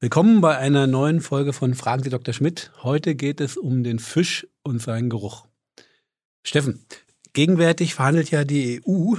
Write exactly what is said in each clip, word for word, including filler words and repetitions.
Willkommen bei einer neuen Folge von Fragen Sie Doktor Schmidt. Heute geht es um den Fisch und seinen Geruch. Steffen, gegenwärtig verhandelt ja die E U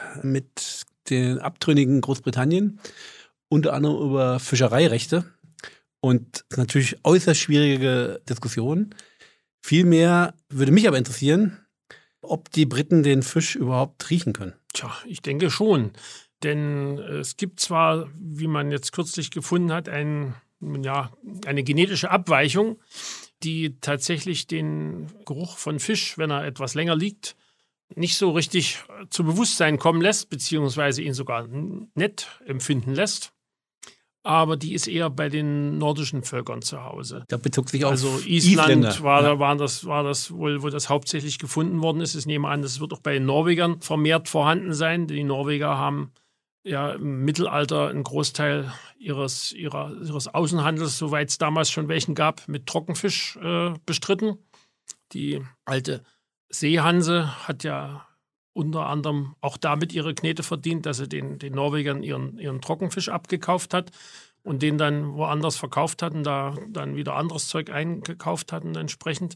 mit den abtrünnigen Großbritannien unter anderem über Fischereirechte. Und das ist natürlich äußerst schwierige Diskussion. Vielmehr würde mich aber interessieren, ob die Briten den Fisch überhaupt riechen können. Tja, ich denke schon. Denn es gibt zwar, wie man jetzt kürzlich gefunden hat, ein, ja, eine genetische Abweichung, die tatsächlich den Geruch von Fisch, wenn er etwas länger liegt, nicht so richtig zu Bewusstsein kommen lässt, beziehungsweise ihn sogar nett empfinden lässt. Aber die ist eher bei den nordischen Völkern zu Hause. Da bezog sich auf also Island Isländer. war, ja. war, das, war das wohl, wo das hauptsächlich gefunden worden ist. Ich nehme an, das wird auch bei den Norwegern vermehrt vorhanden sein. Die Norweger haben ja im Mittelalter einen Großteil ihres, ihrer, ihres Außenhandels, soweit es damals schon welchen gab, mit Trockenfisch äh, bestritten. Die alte Seehanse hat ja unter anderem auch damit ihre Knete verdient, dass sie den, den Norwegern ihren, ihren Trockenfisch abgekauft hat und den dann woanders verkauft hat und da dann wieder anderes Zeug eingekauft hatten entsprechend.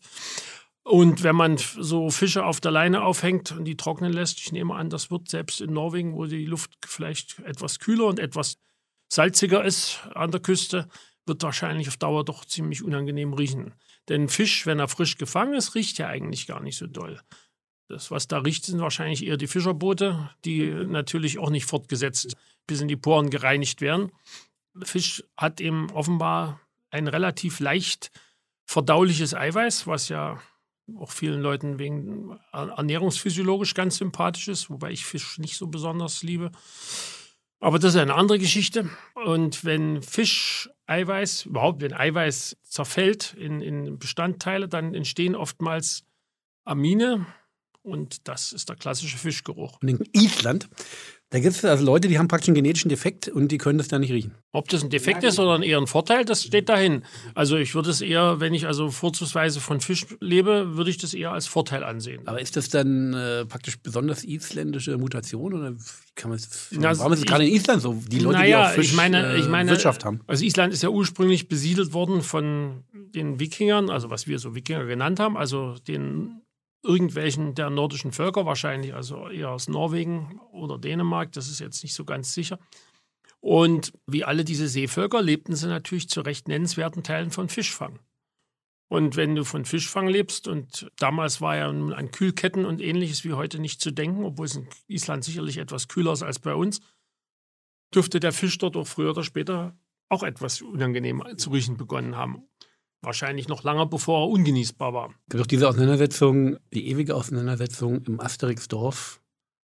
Und wenn man so Fische auf der Leine aufhängt und die trocknen lässt, ich nehme an, das wird selbst in Norwegen, wo die Luft vielleicht etwas kühler und etwas salziger ist an der Küste, wird wahrscheinlich auf Dauer doch ziemlich unangenehm riechen. Denn Fisch, wenn er frisch gefangen ist, riecht ja eigentlich gar nicht so doll. Das, was da riecht, sind wahrscheinlich eher die Fischerboote, die natürlich auch nicht fortgesetzt bis in die Poren gereinigt werden. Fisch hat eben offenbar ein relativ leicht verdauliches Eiweiß, was ja auch vielen Leuten wegen ernährungsphysiologisch ganz sympathisch ist, wobei ich Fisch nicht so besonders liebe. Aber das ist eine andere Geschichte. Und wenn Fischeiweiß, überhaupt wenn Eiweiß zerfällt in, in Bestandteile, dann entstehen oftmals Amine. Und das ist der klassische Fischgeruch. Und in Island, da gibt es also Leute, die haben praktisch einen genetischen Defekt und die können das da nicht riechen. Ob das ein Defekt ist oder eher ein Vorteil, das steht dahin. Also ich würde es eher, wenn ich also vorzugsweise von Fisch lebe, würde ich das eher als Vorteil ansehen. Aber ist das dann äh, praktisch besonders isländische Mutation oder wie kann man das, Na, warum ist es gerade in Island so? Die Leute, naja, die auch Fisch, ich meine, ich meine, äh, Wirtschaft haben. Also Island ist ja ursprünglich besiedelt worden von den Wikingern, also was wir so Wikinger genannt haben, also den irgendwelchen der nordischen Völker, wahrscheinlich also eher aus Norwegen oder Dänemark, das ist jetzt nicht so ganz sicher. Und wie alle diese Seevölker lebten sie natürlich zu recht nennenswerten Teilen von Fischfang. Und wenn du von Fischfang lebst, und damals war ja an Kühlketten und Ähnliches wie heute nicht zu denken, obwohl es in Island sicherlich etwas kühler ist als bei uns, dürfte der Fisch dort auch früher oder später auch etwas unangenehm zu riechen begonnen haben. Wahrscheinlich noch lange, bevor er ungenießbar war. Es gibt auch diese Auseinandersetzung, die ewige Auseinandersetzung im Asterixdorf,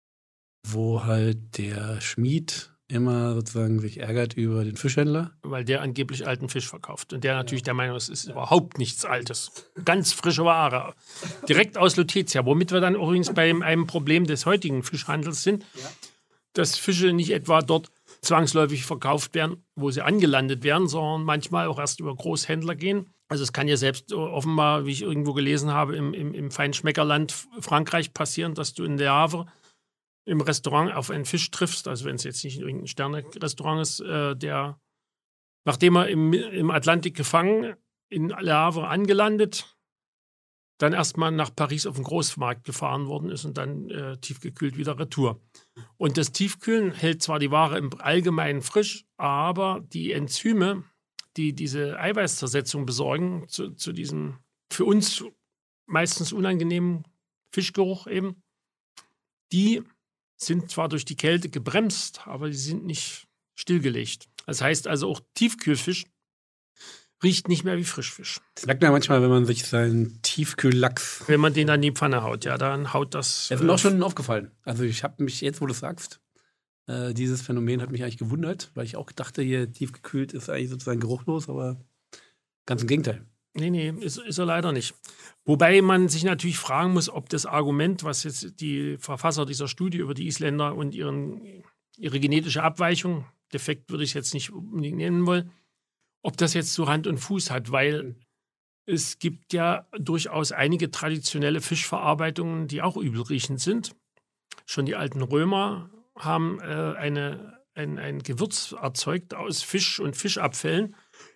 wo halt der Schmied immer sozusagen sich ärgert über den Fischhändler. Weil der angeblich alten Fisch verkauft. Und der natürlich der Meinung ist, es ist überhaupt nichts Altes. Ganz frische Ware. Direkt aus Lutetia. Womit wir dann übrigens bei einem Problem des heutigen Fischhandels sind, dass Fische nicht etwa dort zwangsläufig verkauft werden, wo sie angelandet werden, sondern manchmal auch erst über Großhändler gehen. Also es kann ja selbst offenbar, wie ich irgendwo gelesen habe, im, im, im Feinschmeckerland Frankreich passieren, dass du in Le Havre im Restaurant auf einen Fisch triffst, also wenn es jetzt nicht irgendein Sterne-Restaurant ist, äh, der, nachdem er im, im Atlantik gefangen, in Le Havre angelandet, dann erstmal nach Paris auf den Großmarkt gefahren worden ist und dann äh, tiefgekühlt wieder retour. Und das Tiefkühlen hält zwar die Ware im Allgemeinen frisch, aber die Enzyme, die diese Eiweißzersetzung besorgen, zu, zu diesem für uns meistens unangenehmen Fischgeruch eben, die sind zwar durch die Kälte gebremst, aber die sind nicht stillgelegt. Das heißt also auch Tiefkühlfisch riecht nicht mehr wie Frischfisch. Das merkt man ja manchmal, wenn man sich seinen Tiefkühllachs... Wenn man den an die Pfanne haut, ja, dann haut das... Das ist mir auch schon aufgefallen. Also ich habe mich jetzt, wo du sagst, äh, dieses Phänomen hat mich eigentlich gewundert, weil ich auch dachte, hier tiefgekühlt ist eigentlich sozusagen geruchlos, aber ganz im Gegenteil. Nee, nee, ist, ist er leider nicht. Wobei man sich natürlich fragen muss, ob das Argument, was jetzt die Verfasser dieser Studie über die Isländer und ihren, ihre genetische Abweichung, Defekt würde ich es jetzt nicht unbedingt nennen wollen, ob das jetzt so Hand und Fuß hat, weil es gibt ja durchaus einige traditionelle Fischverarbeitungen, die auch übelriechend sind. Schon die alten Römer haben äh, eine, ein, ein Gewürz erzeugt aus Fisch und Fischabfällen,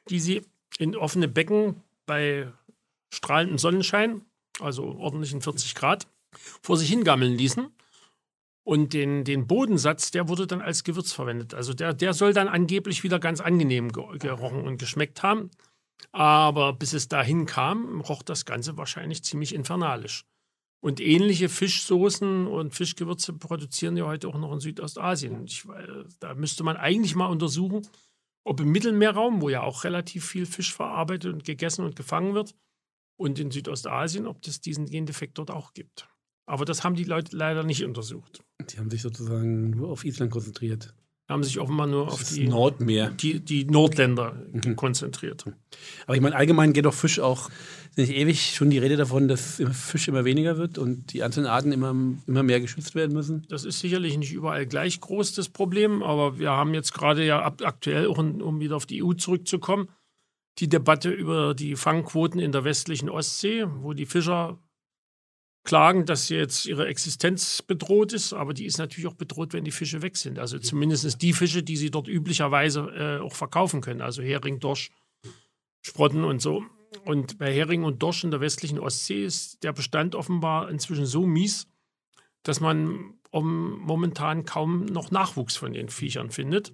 die sie in offene Becken bei strahlendem Sonnenschein, also ordentlichen vierzig Grad, vor sich hingammeln ließen. Und den, den Bodensatz, der wurde dann als Gewürz verwendet. Also der, der soll dann angeblich wieder ganz angenehm gerochen und geschmeckt haben. Aber bis es dahin kam, roch das Ganze wahrscheinlich ziemlich infernalisch. Und ähnliche Fischsoßen und Fischgewürze produzieren ja heute auch noch in Südostasien. Ich, da müsste man eigentlich mal untersuchen, ob im Mittelmeerraum, wo ja auch relativ viel Fisch verarbeitet und gegessen und gefangen wird, und in Südostasien, ob es diesen Gendefekt dort auch gibt. Aber das haben die Leute leider nicht untersucht. Die haben sich sozusagen nur auf Island konzentriert. Haben sich offenbar nur auf Das die, Nordmeer. die, die Nordländer Mhm. konzentriert. Aber ich meine, allgemein geht doch Fisch auch, ist nicht ewig schon die Rede davon, dass Fisch immer weniger wird und die einzelnen Arten immer, immer mehr geschützt werden müssen. Das ist sicherlich nicht überall gleich groß, das Problem. Aber wir haben jetzt gerade ja ab, aktuell, auch um wieder auf die E U zurückzukommen, die Debatte über die Fangquoten in der westlichen Ostsee, wo die Fischer klagen, dass jetzt ihre Existenz bedroht ist, aber die ist natürlich auch bedroht, wenn die Fische weg sind. Also zumindest die Fische, die sie dort üblicherweise äh, auch verkaufen können. Also Hering, Dorsch, Sprotten und so. Und bei Hering und Dorsch in der westlichen Ostsee ist der Bestand offenbar inzwischen so mies, dass man um, momentan kaum noch Nachwuchs von den Viechern findet.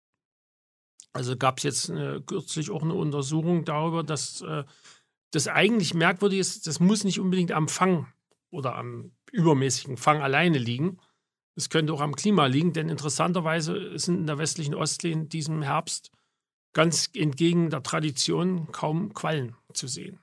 Also gab es jetzt äh, kürzlich auch eine Untersuchung darüber, dass äh, das eigentlich merkwürdig ist, das muss nicht unbedingt am Fang oder am übermäßigen Fang alleine liegen. Es könnte auch am Klima liegen, denn interessanterweise sind in der westlichen Ostsee in diesem Herbst ganz entgegen der Tradition kaum Quallen zu sehen.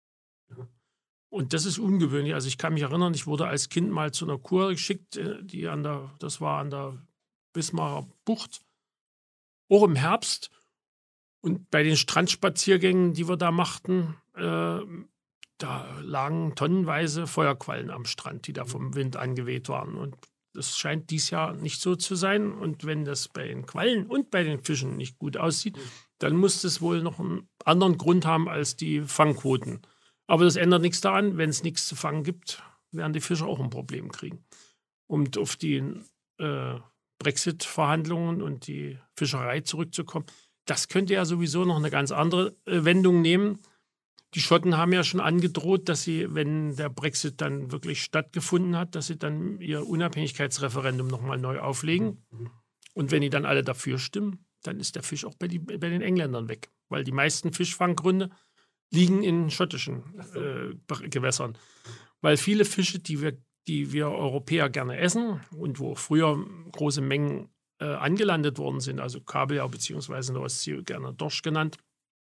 Und das ist ungewöhnlich. Also ich kann mich erinnern, ich wurde als Kind mal zu einer Kur geschickt, die an der, das war an der Wismarer Bucht, auch im Herbst. Und bei den Strandspaziergängen, die wir da machten, äh, da lagen tonnenweise Feuerquallen am Strand, die da vom Wind angeweht waren. Und das scheint dies Jahr nicht so zu sein. Und wenn das bei den Quallen und bei den Fischen nicht gut aussieht, dann muss es wohl noch einen anderen Grund haben als die Fangquoten. Aber das ändert nichts daran. Wenn es nichts zu fangen gibt, werden die Fischer auch ein Problem kriegen. Und auf die äh, Brexit-Verhandlungen und die Fischerei zurückzukommen, das könnte ja sowieso noch eine ganz andere äh, Wendung nehmen. Die Schotten haben ja schon angedroht, dass sie, wenn der Brexit dann wirklich stattgefunden hat, dass sie dann ihr Unabhängigkeitsreferendum nochmal neu auflegen. Und wenn die dann alle dafür stimmen, dann ist der Fisch auch bei, die, bei den Engländern weg. Weil die meisten Fischfanggründe liegen in schottischen äh, Gewässern. Weil viele Fische, die wir, die wir Europäer gerne essen und wo früher große Mengen äh, angelandet worden sind, also Kabeljau beziehungsweise in der Ostsee gerne Dorsch genannt,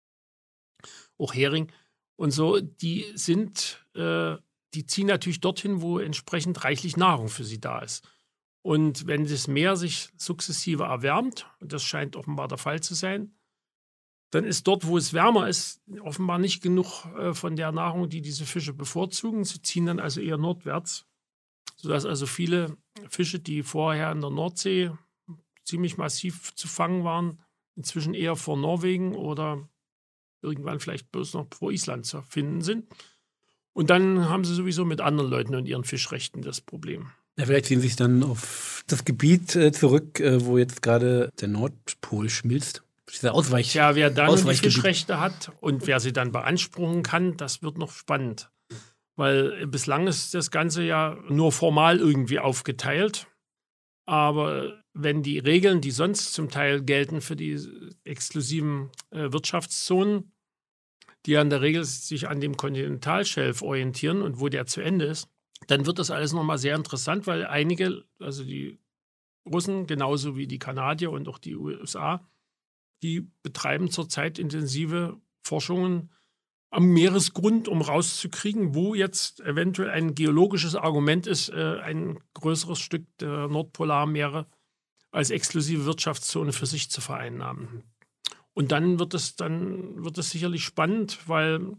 auch Hering und so, die sind, äh, die ziehen natürlich dorthin, wo entsprechend reichlich Nahrung für sie da ist. Und wenn das Meer sich sukzessive erwärmt, und das scheint offenbar der Fall zu sein, dann ist dort, wo es wärmer ist, offenbar nicht genug äh, von der Nahrung, die diese Fische bevorzugen. Sie ziehen dann also eher nordwärts, sodass also viele Fische, die vorher in der Nordsee ziemlich massiv zu fangen waren, inzwischen eher vor Norwegen oder irgendwann vielleicht bloß noch vor Island zu finden sind. Und dann haben sie sowieso mit anderen Leuten und ihren Fischrechten das Problem. Ja, vielleicht ziehen sie sich dann auf das Gebiet äh, zurück, äh, wo jetzt gerade der Nordpol schmilzt. Dieser Ausweich. Tja, wer dann die Fischrechte hat und wer sie dann beanspruchen kann, das wird noch spannend. Weil bislang ist das Ganze ja nur formal irgendwie aufgeteilt. Aber wenn die Regeln, die sonst zum Teil gelten für die exklusiven äh, Wirtschaftszonen, die ja in der Regel sich an dem Kontinentalschelf orientieren und wo der zu Ende ist, dann wird das alles nochmal sehr interessant, weil einige, also die Russen genauso wie die Kanadier und auch die U S A, die betreiben zurzeit intensive Forschungen am Meeresgrund, um rauszukriegen, wo jetzt eventuell ein geologisches Argument ist, äh, ein größeres Stück der Nordpolarmeere als exklusive Wirtschaftszone für sich zu vereinnahmen. Und dann wird es dann wird es sicherlich spannend, weil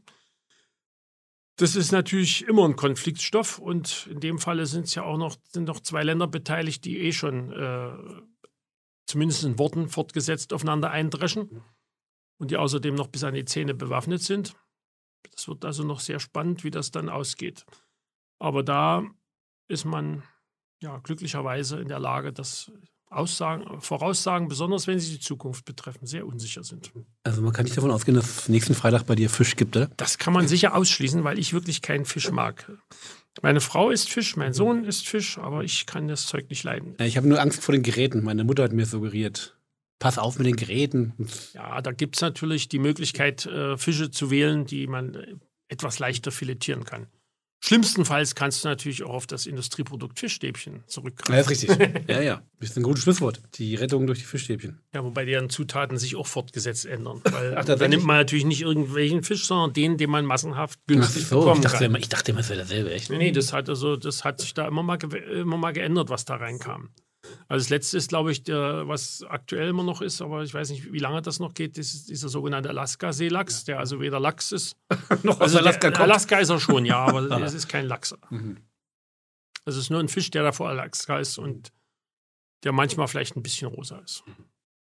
das ist natürlich immer ein Konfliktstoff und in dem Falle sind es ja auch noch, sind noch zwei Länder beteiligt, die eh schon äh, zumindest in Worten fortgesetzt aufeinander eindreschen und die außerdem noch bis an die Zähne bewaffnet sind. Das wird also noch sehr spannend, wie das dann ausgeht. Aber da ist man ja glücklicherweise in der Lage, das Aussagen, Voraussagen, besonders wenn sie die Zukunft betreffen, sehr unsicher sind. Also man kann nicht davon ausgehen, dass es nächsten Freitag bei dir Fisch gibt, oder? Das kann man sicher ausschließen, weil ich wirklich keinen Fisch mag. Meine Frau isst Fisch, mein Sohn isst Fisch, aber ich kann das Zeug nicht leiden. Ja, ich habe nur Angst vor den Geräten. Meine Mutter hat mir suggeriert, pass auf mit den Geräten. Ja, da gibt es natürlich die Möglichkeit, äh, Fische zu wählen, die man äh, etwas leichter filetieren kann. Schlimmstenfalls kannst du natürlich auch auf das Industrieprodukt Fischstäbchen zurückgreifen. Ja, ist richtig. ja, ja. Das ist ein gutes Schlusswort. Die Rettung durch die Fischstäbchen. Ja, wobei deren Zutaten sich auch fortgesetzt ändern. Weil Ach, da nimmt man natürlich nicht irgendwelchen Fisch, sondern den, den man massenhaft günstig Ach so, bekommen ich dachte, kann. immer, ich dachte immer, es wäre dasselbe, echt. Nee, nee, das hat, also, das hat sich da immer mal, ge- immer mal geändert, was da reinkam. Also das letzte ist, glaube ich, der, was aktuell immer noch ist, aber ich weiß nicht, wie lange das noch geht, das ist dieser sogenannte Alaska-Seelachs, der also weder Lachs ist. noch aus Also Alaska der, kommt. Alaska ist er schon, ja, aber es ist kein Lachs. Mhm. Also es ist nur ein Fisch, der da vor Alaska ist und der manchmal vielleicht ein bisschen rosa ist.